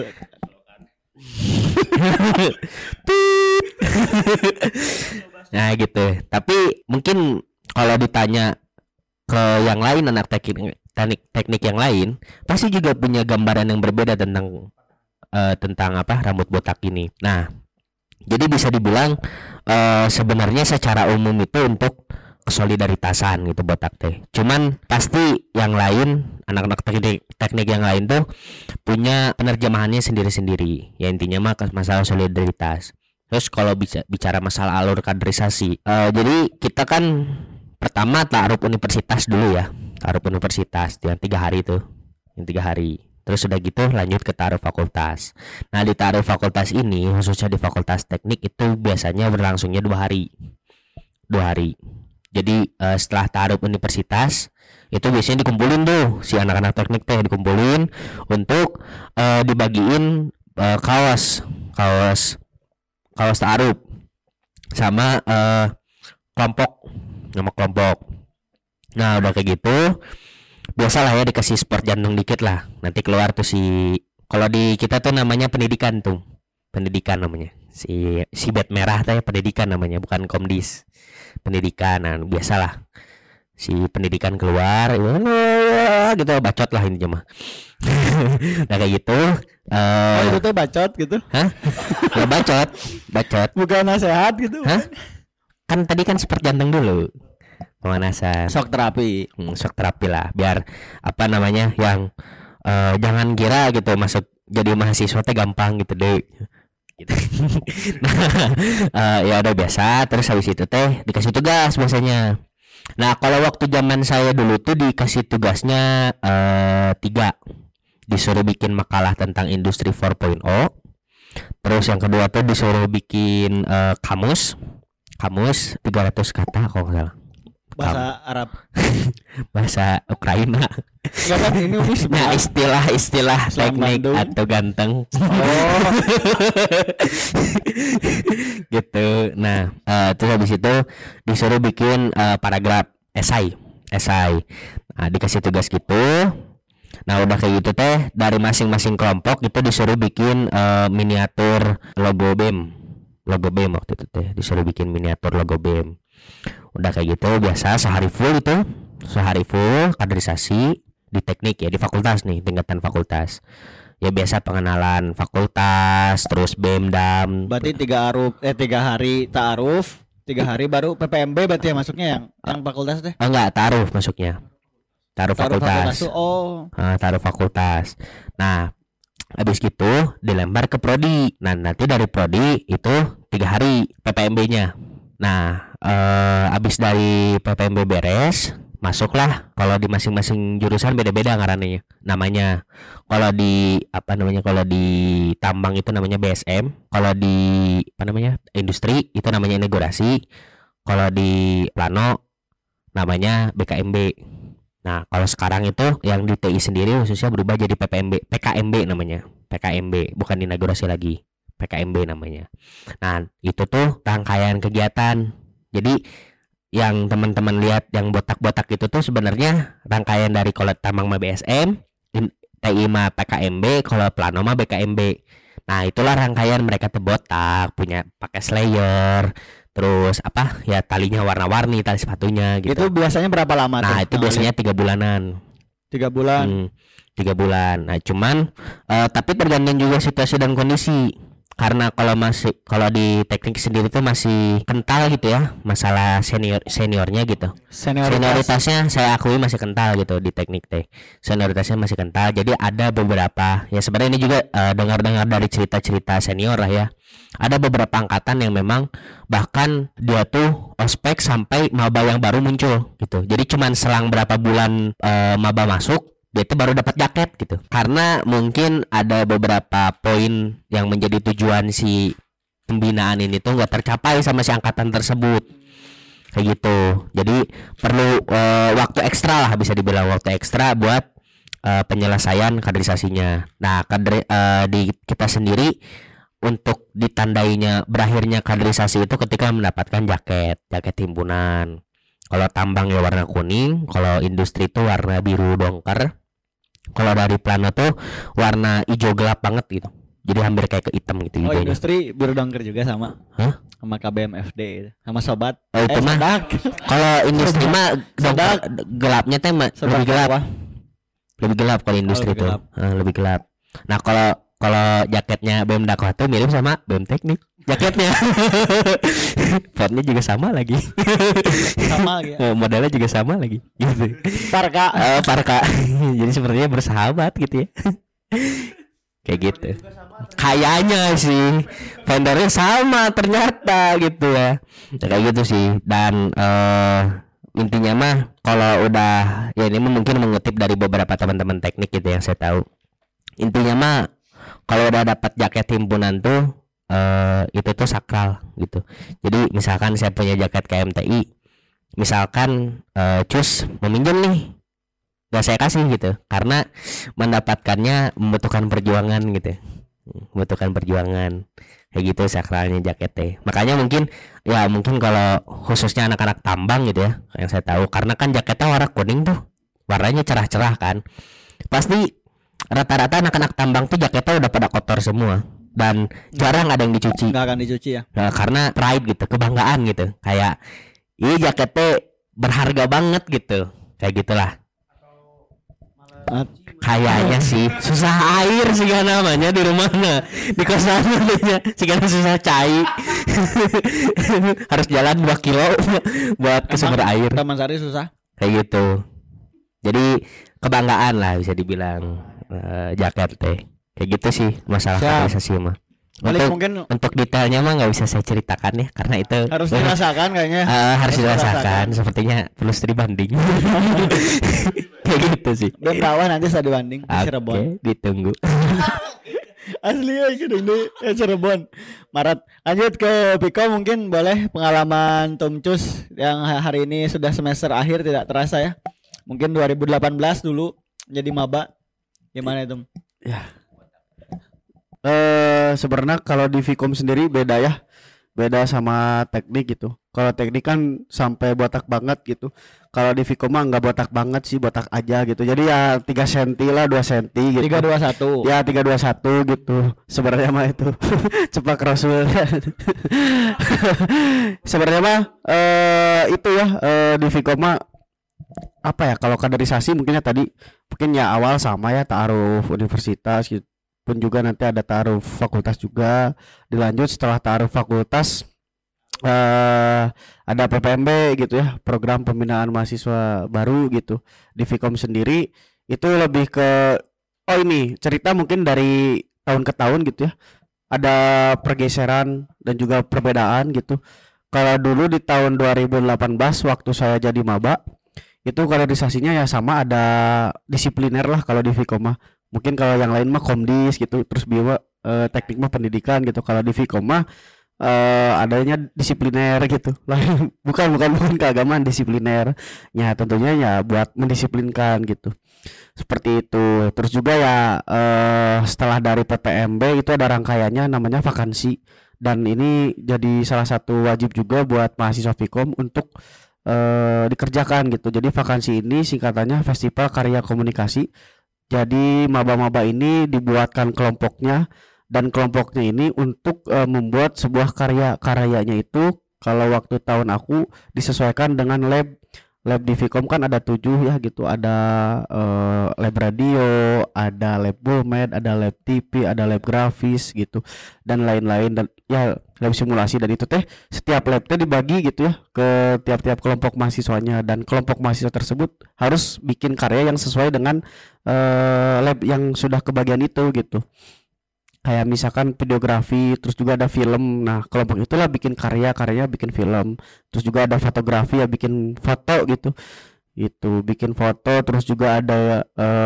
E: Nah gitu. Tapi mungkin kalau ditanya ke yang lain anak teknik teknik teknik yang lain pasti juga punya gambaran yang berbeda tentang uh, tentang apa rambut botak ini. Nah, jadi bisa dibilang uh, sebenarnya secara umum itu untuk kesolidaritasan gitu botak teh. Cuman pasti yang lain anak-anak teknik teknik yang lain tuh punya penerjemahannya sendiri-sendiri. Ya intinya mah masalah solidaritas. Terus kalau bisa bicara masalah alur kaderisasi, uh, jadi kita kan pertama taruh universitas dulu ya, taruh universitas yang tiga hari itu, yang tiga hari. Terus udah gitu lanjut ke taruh fakultas. Nah di taruh fakultas ini khususnya di fakultas teknik itu biasanya berlangsungnya dua hari, dua hari. Jadi uh, setelah taruh universitas itu biasanya dikumpulin tuh si anak-anak teknik teh dikumpulin untuk uh, dibagiin uh, kaos, kaos, kaos taruh sama uh, kelompok, nama kelompok. Nah udah kayak gitu biasalah ya dikasih sport jantung dikit lah. Nanti keluar tuh si kalau di kita tuh namanya pendidikan tuh, pendidikan namanya. Si si bat merah tuh ya pendidikan namanya, bukan komdis. Pendidikan. Nah biasalah si pendidikan keluar gitu bacot lah ini mah. Nah kayak gitu uh,
D: oh itu tuh bacot gitu.
E: Hah? Ya bacot, bacot.
D: Bukan nasihat gitu.
E: Hah? Kan tadi kan sport jantung dulu. Pemanasan.
D: Shock terapi.
E: Hmm, shock terapi lah biar apa namanya yang uh, jangan kira gitu masuk jadi mahasiswa teh gampang gitu deh. Gitu. Nah, uh, ya udah biasa terus habis itu teh dikasih tugas biasanya. Nah, kalau waktu zaman saya dulu tuh dikasih tugasnya uh, tiga. Disuruh bikin makalah tentang industri empat titik nol. Terus yang kedua tuh disuruh bikin uh, kamus. Kamus tiga ratus kata kalau nggak salah.
D: Bahasa Arab.
E: Bahasa Ukraina.
D: Enggak kan ini unis.
E: Nah, istilah-istilah teknik
D: Bandung.
E: atau ganteng.
D: Oh.
E: Gitu. Nah, uh, terus habis itu disuruh bikin uh, paragraf esai, esai. Nah, dikasih tugas gitu. Nah, udah kayak gitu teh dari masing-masing kelompok itu disuruh bikin uh, miniatur logo B E M. Logo B E M waktu itu teh disuruh bikin miniatur logo B E M. Udah kayak gitu biasa sehari full itu, sehari full kaderisasi di teknik ya di fakultas nih, tingkatan fakultas. Ya biasa pengenalan fakultas, terus B E M D A M.
D: Berarti tiga aruf eh tiga hari ta'aruf, tiga hari baru P P M B berarti ya masuknya yang yang fakultas teh.
E: Oh, enggak, taruh masuknya. Taruh
D: Taruh
E: fakultas.
D: tuh, oh.
E: Uh, taruh fakultas. Nah, habis gitu dilempar ke prodi. Nah, nanti dari prodi itu tiga hari P P M B-nya. Nah, uh, habis dari P P M B beres, masuklah. Kalau di masing-masing jurusan beda-beda ngarannya namanya. Kalau di apa namanya? Kalau di tambang itu namanya B S M. Kalau di apa namanya? Industri itu namanya integrasi. Kalau di plano namanya B K M B. Nah, kalau sekarang itu yang di T I sendiri khususnya berubah jadi P P M B, P K M B namanya. P K M B, bukan inaugurasi lagi. P K M B namanya. Nah, itu tuh rangkaian kegiatan. Jadi yang teman-teman lihat yang botak-botak itu tuh sebenarnya rangkaian dari kalau tambang mah B S M, T I mah P K M B, kalau plano mah B K M B. Nah, itulah rangkaian mereka tuh botak, punya pakai slayer, terus apa? Ya talinya warna-warni, tali sepatunya gitu.
D: Itu biasanya berapa lama
E: Nah,
D: tuh?
E: itu biasanya tiga bulanan.
D: tiga bulan.
E: Hmm, tiga bulan. Nah, cuman uh, tapi tergantung juga situasi dan kondisi. Karena kalau masih kalau di teknik sendiri tuh masih kental gitu ya masalah senior seniornya gitu.
D: Senioritas.
E: Senioritasnya saya akui masih kental gitu di teknik teh. Senioritasnya masih kental. Jadi ada beberapa ya sebenarnya ini juga uh, dengar-dengar dari cerita-cerita senior lah ya. Ada beberapa angkatan yang memang bahkan dia tuh ospek sampai maba yang baru muncul gitu. Jadi cuman selang berapa bulan uh, maba masuk dia itu baru dapat jaket gitu. Karena mungkin ada beberapa poin yang menjadi tujuan si pembinaan ini tuh nggak tercapai sama si angkatan tersebut. Kayak gitu. Jadi perlu uh, waktu ekstra lah bisa dibilang waktu ekstra buat uh, penyelesaian kaderisasinya. Nah, kader uh, di kita sendiri untuk ditandainya berakhirnya kaderisasi itu ketika mendapatkan jaket, jaket himpunan. Kalau tambang ya warna kuning, kalau industri itu warna biru dongker. Kalau dari Plano tuh warna hijau gelap banget gitu. Jadi hampir kayak ke hitam gitu
D: Oh,
E: hijaunya.
D: industri biru dongker juga sama.
E: Hah?
D: Sama K B M F D gitu. Sama sobat.
E: Oh, itu
D: eh,
E: mah.
D: Sodak.
E: Kalau industri mah dongker, gelapnya teh mah
D: Sodak
E: lebih gelap.
D: apa?
E: Lebih gelap kalau industri
D: lebih
E: tuh.
D: gelap.
E: Eh, lebih gelap. Nah, kalau kalau jaketnya B M Dakwah tuh mirip sama B M Teknik. Jaketnya. Fontnya juga sama lagi.
D: Sama gitu.
E: Eh, modelnya juga sama lagi gitu.
D: Parka.
E: Eh, parka. Jadi sepertinya bersahabat gitu ya. Kayak gitu. Kayaknya sih vendornya sama ternyata gitu ya. Kayak gitu sih. Dan eh intinya mah kalau udah ya ini mungkin mengutip dari beberapa teman-teman teknik gitu yang saya tahu. Intinya mah kalau udah dapat jaket himpunan tuh eh itu tuh sakral gitu. Jadi misalkan saya punya jaket K M T I, misalkan eh, cus meminjam nih, gak saya kasih gitu karena mendapatkannya membutuhkan perjuangan gitu, membutuhkan perjuangan kayak gitu sakralnya jaket teh. Makanya mungkin ya mungkin kalau khususnya anak-anak tambang gitu ya yang saya tahu, karena kan jaketnya warna kuning tuh, warnanya cerah-cerah kan, pasti rata-rata anak-anak tambang tuh jaketnya udah pada kotor semua dan jarang ada yang dicuci.
D: Enggak akan dicuci ya.
E: Nah, karena pride gitu, kebanggaan gitu, kayak ini jaketnya berharga banget gitu, kayak gitulah. Kayaknya sih susah air sih kan namanya di rumahnya, di kosan namanya sih kan susah cai. Harus jalan dua kilo buat ke sumber air
D: Taman Sari susah.
E: kayak gitu. Jadi kebanggaan lah bisa dibilang eh, jaket teh kayak gitu sih masalah
D: Siap.
E: kaderisasi mah.
D: Balik
E: Untuk,
D: mungkin
E: untuk detailnya mah nggak bisa saya ceritakan ya karena itu
D: harus dirasakan kayaknya.
E: Eh, harus dirasakan, sepertinya perlu studi banding. Kayak gitu sih.
D: Dan bawah nanti saya dibanding di
E: Oke,
D: Cirebon.
E: ditunggu.
D: Asli ya gitu di eh, Cirebon. Maret. Lanjut ke Piko, mungkin boleh pengalaman Tumcus yang hari ini sudah semester akhir tidak terasa ya. Mungkin dua ribu delapan belas dulu jadi maba. Gimana itu?
F: Eh sebenarnya kalau di Vkom sendiri beda ya, beda sama teknik gitu. Kalau teknik kan sampai botak banget gitu. Kalau di Vkom mah nggak botak banget sih, botak aja gitu. Jadi ya tiga senti lah, dua senti gitu.
D: tiga dua satu.
F: Ya tiga dua satu gitu. Sebenarnya mah itu cepak rasul. Sebenarnya mah eh itu ya eh, di Vkom mah apa ya, kalau kaderisasi mungkinnya tadi mungkin ya awal sama ya ta'aruf universitas gitu. Pun juga nanti ada ta'aruf fakultas juga, dilanjut setelah ta'aruf fakultas eh ada P P M B gitu ya, program pembinaan mahasiswa baru gitu. Di Vkom sendiri itu lebih ke oh ini cerita mungkin dari tahun ke tahun gitu ya, ada pergeseran dan juga perbedaan gitu. Kalau dulu di tahun dua ribu delapan belas waktu saya jadi maba itu kaderisasinya ya sama, ada disipliner lah kalau di Vkom mah. Mungkin kalau yang lain mah komdis gitu, terus bio eh, teknik mah pendidikan gitu. Kalau di Vkom mah eh, adanya disipliner gitu lah. bukan bukan bukan keagamaan, disipliner. Ya tentunya ya buat mendisiplinkan gitu. Seperti itu. Terus juga ya eh, setelah dari P P M B itu ada rangkaiannya namanya vakansi, dan ini jadi salah satu wajib juga buat mahasiswa Vkom untuk eh, dikerjakan gitu. Jadi vakansi ini singkatannya Festival Karya Komunikasi. Jadi maba-maba ini dibuatkan kelompoknya, dan kelompoknya ini untuk e, membuat sebuah karya. Karyanya itu kalau waktu tahun aku disesuaikan dengan lab. Lab di Vkom kan ada tujuh ya gitu. Ada e, lab radio, ada lab Bulmed, ada lab T V, ada lab grafis gitu, dan lain-lain, dan ya lab simulasi. Dan itu teh setiap lab teh dibagi gitu ya ke tiap-tiap kelompok mahasiswanya, dan kelompok mahasiswa tersebut harus bikin karya yang sesuai dengan uh, lab yang sudah kebagian itu gitu. Kayak misalkan videografi, terus juga ada film. Nah kelompok itulah bikin karya, karyanya bikin film. Terus juga ada fotografi ya, bikin foto gitu. Itu bikin foto. Terus juga ada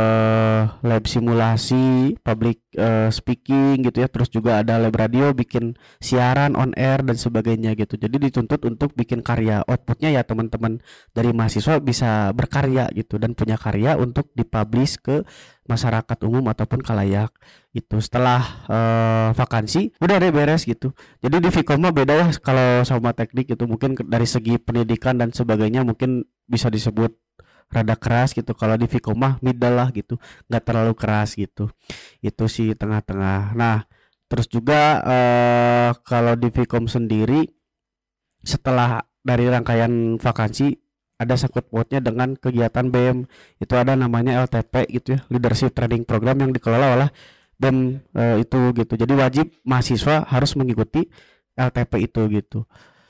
F: uh, lab simulasi, public uh, speaking gitu ya. Terus juga ada lab radio, bikin siaran on air dan sebagainya gitu. Jadi dituntut untuk bikin karya. Outputnya ya teman-teman dari mahasiswa bisa berkarya gitu, dan punya karya untuk dipublish ke masyarakat umum ataupun khalayak itu. Setelah uh, vakansi udah deh beres gitu. Jadi di Vkom mah beda ya kalau sama teknik itu. Mungkin dari segi pendidikan dan sebagainya mungkin bisa disebut rada keras gitu. Kalau di Vkom mah middle lah gitu, nggak terlalu keras gitu. Itu sih tengah-tengah. Nah terus juga eh, kalau di Vkom sendiri setelah dari rangkaian vakansi ada sangkut pautnya dengan kegiatan B E M. Itu ada namanya L T P gitu ya, Leadership Training Program yang dikelola oleh B E M e, itu gitu. Jadi wajib mahasiswa harus mengikuti L T P itu gitu.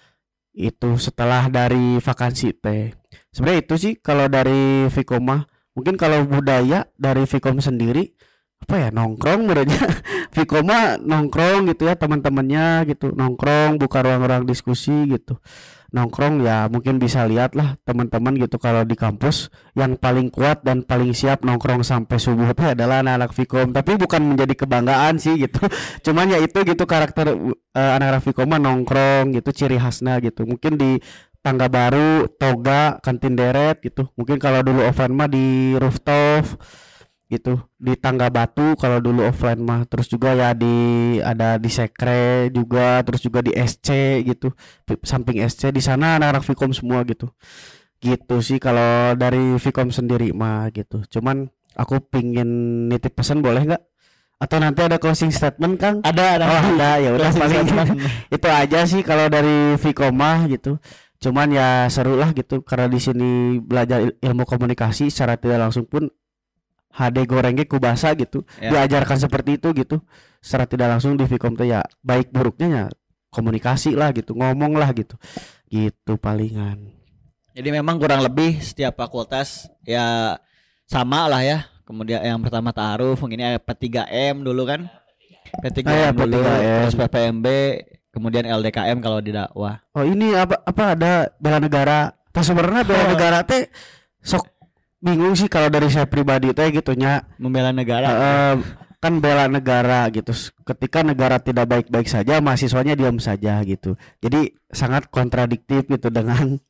F: Itu setelah dari vakansi teh. Sebenarnya itu sih kalau dari Vkom mah. Mungkin kalau budaya dari Vkom sendiri apa ya, nongkrong menurutnya. Vkom mah nongkrong gitu ya, teman-temannya gitu nongkrong, buka ruang-ruang diskusi gitu. Nongkrong ya mungkin bisa lihat lah teman-teman gitu, kalau di kampus yang paling kuat dan paling siap nongkrong sampai subuh itu adalah anak-anak Vkom. Tapi bukan menjadi kebanggaan sih gitu. Cuman ya itu gitu karakter uh, anak-anak Vkom mah nongkrong gitu, ciri khasnya gitu. Mungkin di Tangga Baru, Toga, Kantin Deret gitu. Mungkin kalau dulu offline mah di rooftop gitu, di Tangga Batu kalau dulu offline mah. Terus juga ya di ada di Sekre juga, terus juga di S C gitu, samping S C di sana anak-anak Vkom semua gitu. Gitu sih kalau dari Vkom sendiri mah gitu. Cuman aku pingin nitip pesan boleh nggak? Atau nanti ada closing statement Kang?
D: Ada, ada.
F: Oh, ada ya udah
D: Closing
F: paling
D: statement.
F: itu aja sih kalau dari Vkom mah gitu. Cuman ya seru lah gitu karena di sini belajar il- ilmu komunikasi secara tidak langsung pun H D gorengnya ku bahasa gitu,
D: Ya.
F: diajarkan seperti itu gitu secara tidak langsung di Vkom tuh ya baik buruknya ya komunikasi lah gitu, ngomong lah gitu, gitu palingan.
D: Jadi memang kurang lebih setiap fakultas ya sama lah ya. Kemudian yang pertama ta'aruf, mungkin ini P tiga M dulu kan. P tiga M
F: Ah, ya,
D: dulu,
F: P tiga M.
D: terus P P M B, kemudian L D K M kalau di dakwah.
F: Oh ini apa apa ada bela negara? Tas sebenarnya bela
D: Oh.
F: negara teh sok bingung sih kalau dari saya pribadi teh gitunya.
D: Membela negara.
F: Eh, kan bela negara gitu. Ketika negara tidak baik-baik saja, mahasiswanya diam saja gitu. Jadi sangat kontradiktif gitu dengan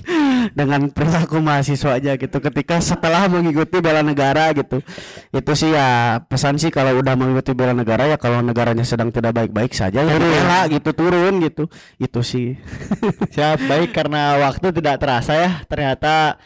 F: dengan perilaku mahasiswa aja gitu. Ketika setelah mengikuti bela negara gitu, itu sih ya pesan sih kalau udah mengikuti bela negara ya kalau negaranya sedang tidak baik-baik saja ya bela gitu, turun gitu. Itu sih.
D: Siap, baik, karena waktu tidak terasa ya. Ternyata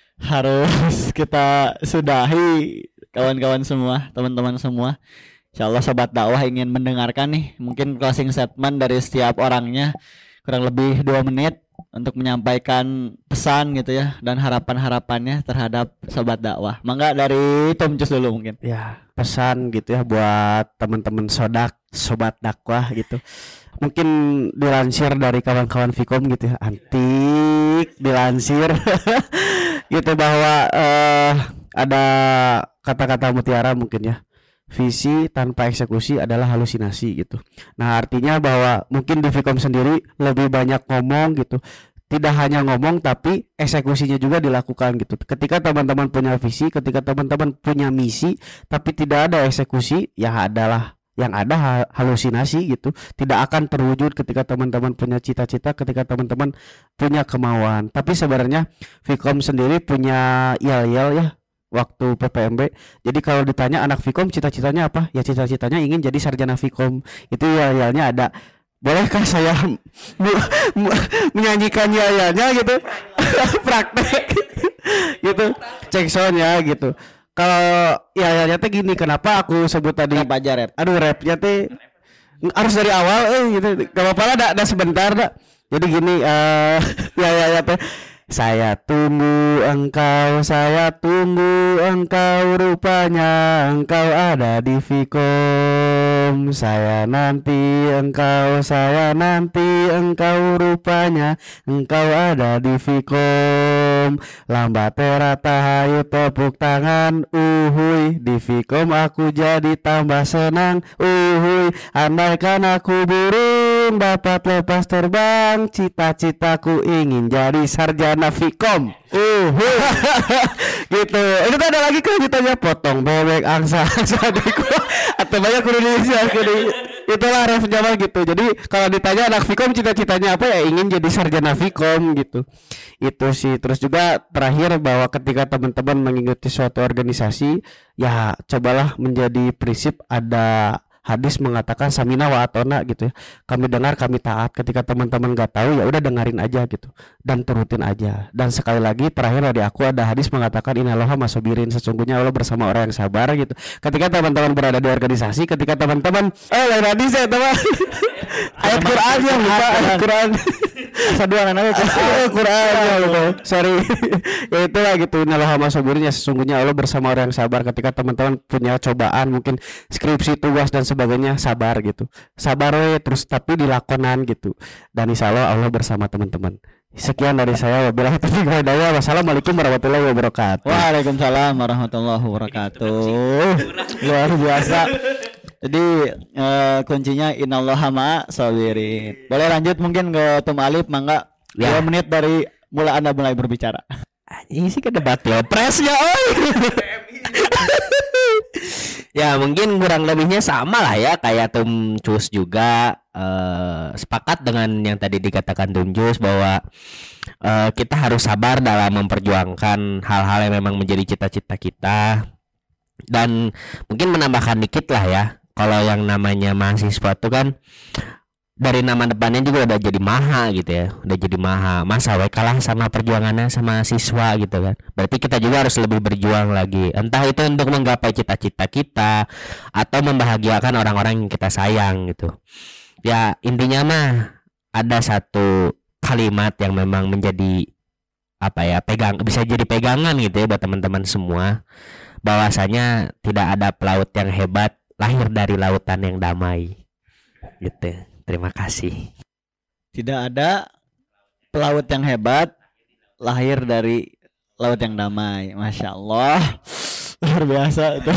D: harus kita sudahi kawan-kawan semua, teman-teman semua. Insyaallah sobat dakwah ingin mendengarkan nih mungkin closing statement dari setiap orangnya kurang lebih dua menit untuk menyampaikan pesan gitu ya dan harapan-harapannya terhadap sobat dakwah. Mangga dari Tom Cus dulu mungkin.
F: Ya, pesan gitu ya buat teman-teman sodak, sobat dakwah gitu. Mungkin dilansir dari kawan-kawan Vkom gitu ya, antik dilansir gitu bahwa eh, ada kata-kata mutiara mungkin ya, visi tanpa eksekusi adalah halusinasi gitu. Nah artinya bahwa mungkin di Vkom sendiri lebih banyak ngomong gitu, tidak hanya ngomong tapi eksekusinya juga dilakukan gitu. Ketika teman-teman punya visi, ketika teman-teman punya misi tapi tidak ada eksekusi, ya adalah yang ada ha- halusinasi gitu, tidak akan terwujud. Ketika teman-teman punya cita-cita, ketika teman-teman punya kemauan, tapi sebenarnya Vkom sendiri punya yel-yel ya waktu P P M B. Jadi kalau ditanya anak Vkom cita-citanya apa, ya cita-citanya ingin jadi sarjana Vkom. Itu yel-yelnya ada. Bolehkah saya mu- mu- menyanyikan yel-yelnya gitu? Praktek gitu, cek soundnya gitu. Kalau ya ya teh gini, kenapa aku sebut tadi
D: Apa aja rap?
F: aduh rapnya teh harus dari awal eh gitu, gak apa-apa lah, dah sebentar dah. Jadi gini eh ya ya ya teh, saya tunggu engkau, saya tunggu engkau, rupanya engkau ada di Vkom. Saya nanti engkau, saya nanti engkau, rupanya engkau ada di Vkom. Lambat terata hayu tepuk tangan, uhuy, di Vkom aku jadi tambah senang, uhuy, andaikan aku burung dapat lepas terbang, cita-citaku ingin jadi sarjana Vkom. Uhuy. Gitu. Itu tuh ada lagi kelanjutannya, potong bebek angsa sadiku atau banyak Indonesia kini. Itulah ref Jamal gitu. Jadi kalau ditanya anak Vkom cita-citanya apa, ya ingin jadi sarjana Vkom gitu. Itu sih. Terus juga terakhir bahwa ketika teman-teman mengikuti suatu organisasi, ya cobalah menjadi prinsip ada hadis mengatakan samina wa atona gitu ya. Kami dengar, kami taat. Ketika teman-teman nggak tahu ya udah dengerin aja gitu dan turutin aja. Dan sekali lagi terakhir dari aku ada hadis mengatakan innallaha masabirin, sesungguhnya Allah bersama orang yang sabar gitu. Ketika teman-teman berada di organisasi, ketika teman-teman oh lain hadis ya teman. Ayat Quran ya lupa ayat Quran. Saduan anak Quran ya gitu. Sorry. Ya itulah gitu. Innallaha masabirin, ya sesungguhnya Allah bersama orang yang sabar. Ketika teman-teman punya cobaan mungkin skripsi, tugas dan sebagainya, sabar gitu. Sabar we terus tapi dilakonan gitu. Dan insya Allah Allah bersama teman-teman. Sekian dari saya. Wabillahi taufiq wal hidayah. Wassalamualaikum warahmatullahi wabarakatuh.
D: Waalaikumsalam warahmatullahi wabarakatuh. Luar biasa. Jadi uh, kuncinya innallaha ma'a sabirin. Boleh lanjut mungkin ke Tum Alif, mangga.
E: Ya.
D: dua menit dari mulai Anda mulai berbicara.
E: Ini sih ke debat pilpres ya, oi. Ya mungkin kurang lebihnya sama lah ya kayak Tum Cus juga, uh, sepakat dengan yang tadi dikatakan Tum Cus bahwa uh, kita harus sabar dalam memperjuangkan hal-hal yang memang menjadi cita-cita kita. Dan mungkin menambahkan dikit lah ya, kalau yang namanya mahasiswa itu kan dari nama depannya juga udah jadi maha gitu ya, udah jadi maha. Masa we kalah sama perjuangannya sama siswa gitu kan. Berarti kita juga harus lebih berjuang lagi, entah itu untuk menggapai cita-cita kita atau membahagiakan orang-orang yang kita sayang gitu. Ya intinya mah ada satu kalimat yang memang menjadi apa ya, pegang, bisa jadi pegangan gitu ya buat teman-teman semua, bahwasanya tidak ada pelaut yang hebat lahir dari lautan yang damai gitu. Terima kasih.
D: Tidak ada pelaut yang hebat lahir dari laut yang damai. Masya Allah, luar biasa itu.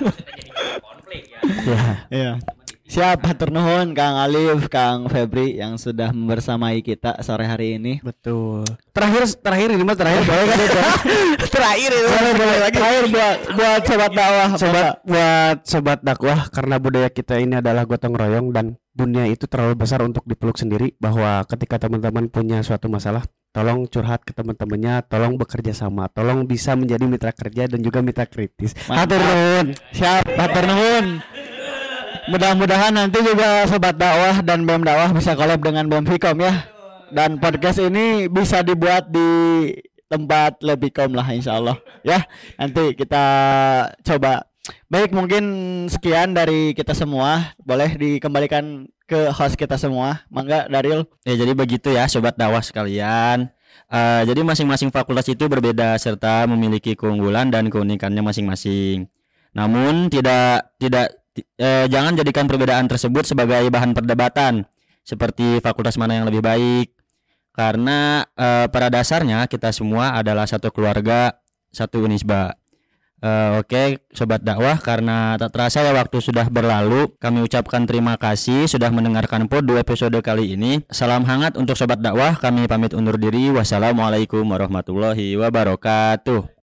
D: Ya, ya. Siap, hatur nuhun Kang Alif, Kang Febri yang sudah membersamai kita sore hari ini.
F: Betul. Terakhir terakhir ini mah terakhir boleh kan itu?
D: Terakhir itu boleh, boleh lagi. Terakhir buat buat sobat dakwah,
F: Sobat buat sobat dakwah, karena budaya kita ini adalah gotong royong dan dunia itu terlalu besar untuk dipeluk sendiri, bahwa ketika teman-teman punya suatu masalah, tolong curhat ke teman-temannya, tolong bekerja sama, tolong bisa menjadi mitra kerja dan juga mitra kritis. Hatur nuhun.
D: Siap, hatur nuhun. Mudah-mudahan nanti juga sobat dakwah dan B E M dakwah bisa collab dengan B E M Fikom ya. Dan podcast ini bisa dibuat di tempat Lebikom lah insyaallah ya. Nanti kita coba. Baik, mungkin sekian dari kita semua. Boleh dikembalikan ke host kita semua. Mangga Daril.
C: Ya jadi begitu ya sobat dakwah sekalian. Uh, jadi masing-masing fakultas itu berbeda serta memiliki keunggulan dan keunikannya masing-masing. Namun tidak tidak Eh, jangan jadikan perbedaan tersebut sebagai bahan perdebatan seperti fakultas mana yang lebih baik, karena eh, pada dasarnya kita semua adalah satu keluarga, satu Unisba. eh, Oke sobat dakwah, karena tak terasa ya waktu sudah berlalu, kami ucapkan terima kasih sudah mendengarkan Podu episode kali ini. Salam hangat untuk sobat dakwah, kami pamit undur diri. Wassalamualaikum warahmatullahi wabarakatuh.